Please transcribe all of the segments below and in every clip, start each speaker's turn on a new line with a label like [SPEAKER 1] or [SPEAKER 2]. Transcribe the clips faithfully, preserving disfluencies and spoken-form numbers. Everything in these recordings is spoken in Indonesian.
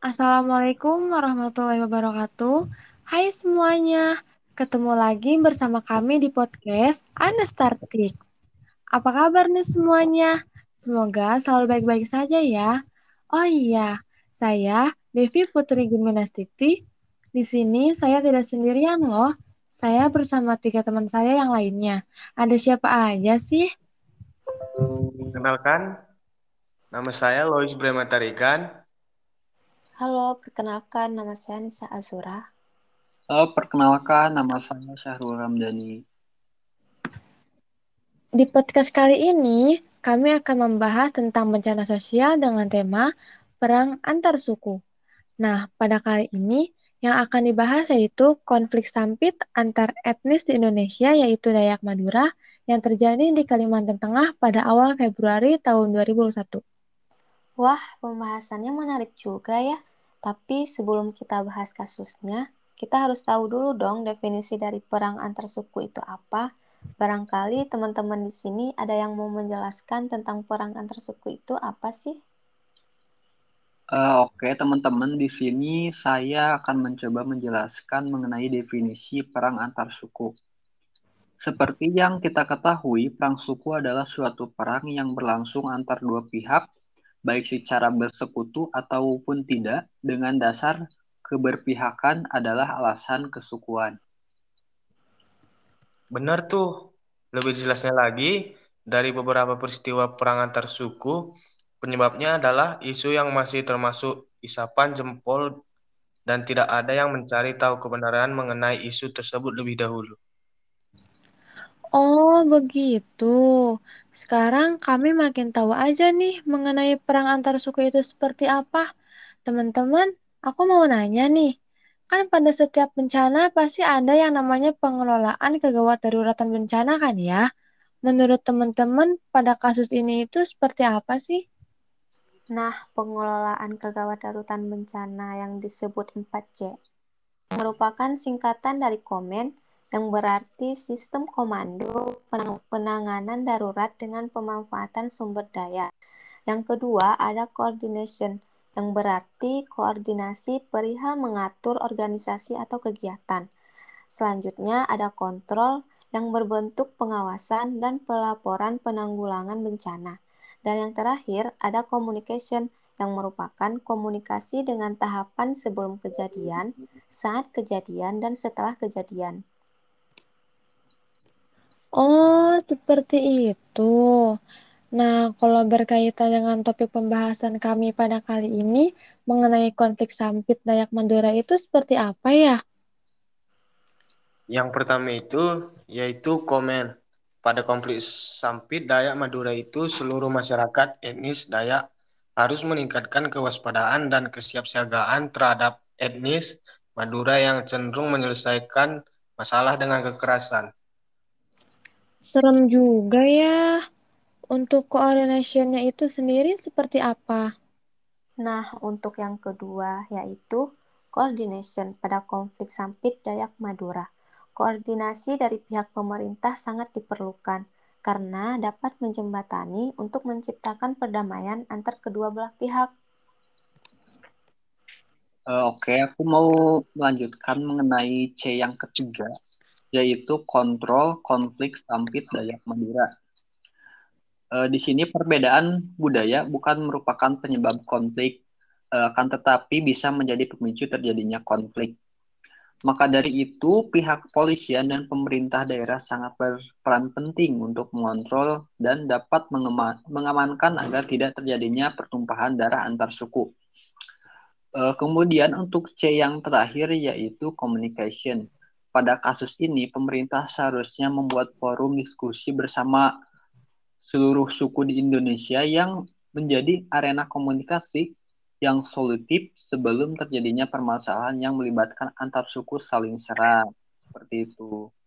[SPEAKER 1] Assalamualaikum warahmatullahi wabarakatuh. Hai semuanya, ketemu lagi bersama kami di podcast Anastartik. Apa kabar nih semuanya? Semoga selalu baik-baik saja ya. Oh iya, saya Devi Putri Gimnastiti. Di sini saya tidak sendirian loh. Saya bersama tiga teman saya yang lainnya. Ada siapa aja sih?
[SPEAKER 2] Kenalkan, nama saya Lois Brematarikan.
[SPEAKER 3] Halo, perkenalkan nama saya Nisa Azura.
[SPEAKER 4] Halo, perkenalkan nama saya Syahrul Ramdhani.
[SPEAKER 1] Di podcast kali ini, kami akan membahas tentang bencana sosial dengan tema perang antar suku. Nah, pada kali ini yang akan dibahas yaitu konflik sampit antar etnis di Indonesia yaitu Dayak Madura yang terjadi di Kalimantan Tengah pada awal Februari tahun dua ribu dua puluh satu.
[SPEAKER 3] Wah, pembahasannya menarik juga ya. Tapi sebelum kita bahas kasusnya, kita harus tahu dulu dong definisi dari perang antar suku itu apa. Barangkali teman-teman di sini ada yang mau menjelaskan tentang perang antar suku itu apa sih?
[SPEAKER 4] Eh, oke, teman-teman, di sini saya akan mencoba menjelaskan mengenai definisi perang antar suku. Seperti yang kita ketahui, perang suku adalah suatu perang yang berlangsung antar dua pihak, baik secara bersekutu ataupun tidak, dengan dasar keberpihakan adalah alasan kesukuan.
[SPEAKER 2] Benar tuh, lebih jelasnya lagi, dari beberapa peristiwa perang antar suku, penyebabnya adalah isu yang masih termasuk isapan jempol dan tidak ada yang mencari tahu kebenaran mengenai isu tersebut lebih dahulu.
[SPEAKER 1] Oh, begitu. Sekarang kami makin tahu aja nih mengenai perang antar suku itu seperti apa. Teman-teman, aku mau nanya nih. Kan pada setiap bencana pasti ada yang namanya pengelolaan kegawat daruratan bencana kan ya? Menurut teman-teman, pada kasus ini itu seperti apa sih?
[SPEAKER 3] Nah, pengelolaan kegawat darurat bencana yang disebut empat C merupakan singkatan dari KOMEN yang berarti Sistem Komando Penanganan Darurat dengan Pemanfaatan Sumber Daya. Yang kedua ada Coordination yang berarti koordinasi perihal mengatur organisasi atau kegiatan. Selanjutnya ada Kontrol yang berbentuk pengawasan dan pelaporan penanggulangan bencana. Dan yang terakhir ada Communication yang merupakan komunikasi dengan tahapan sebelum kejadian, saat kejadian, dan setelah kejadian.
[SPEAKER 1] Oh, seperti itu. Nah, kalau berkaitan dengan topik pembahasan kami pada kali ini mengenai konflik sampit Dayak Madura itu seperti apa ya?
[SPEAKER 2] Yang pertama itu yaitu komen. Pada konflik Sampit Dayak Madura itu seluruh masyarakat etnis Dayak harus meningkatkan kewaspadaan dan kesiapsiagaan terhadap etnis Madura yang cenderung menyelesaikan masalah dengan kekerasan.
[SPEAKER 1] Serem juga ya. Untuk coordinationnya itu sendiri seperti apa?
[SPEAKER 3] Nah, untuk yang kedua yaitu coordination pada konflik Sampit Dayak Madura. Koordinasi dari pihak pemerintah sangat diperlukan karena dapat menjembatani untuk menciptakan perdamaian antar kedua belah pihak.
[SPEAKER 4] Eh, oke, aku mau melanjutkan mengenai C yang ketiga, yaitu kontrol konflik sampit Dayak Madura. Eh, di sini perbedaan budaya bukan merupakan penyebab konflik, eh, akan tetapi bisa menjadi pemicu terjadinya konflik. Maka dari itu, pihak kepolisian dan pemerintah daerah sangat berperan penting untuk mengontrol dan dapat mengema- mengamankan agar tidak terjadinya pertumpahan darah antar suku. Eh, kemudian untuk C yang terakhir yaitu communication. Pada kasus ini, pemerintah seharusnya membuat forum diskusi bersama seluruh suku di Indonesia yang menjadi arena komunikasi yang solutif sebelum terjadinya permasalahan yang melibatkan antar suku saling serang. Seperti itu.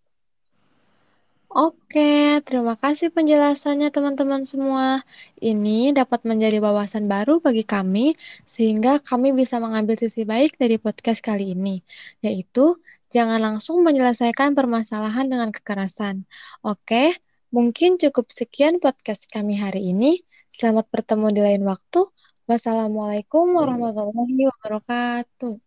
[SPEAKER 1] Oke, terima kasih penjelasannya teman-teman semua. Ini dapat menjadi wawasan baru bagi kami, sehingga kami bisa mengambil sisi baik dari podcast kali ini, yaitu jangan langsung menyelesaikan permasalahan dengan kekerasan. Oke, mungkin cukup sekian podcast kami hari ini. Selamat bertemu di lain waktu. Wassalamualaikum warahmatullahi wabarakatuh.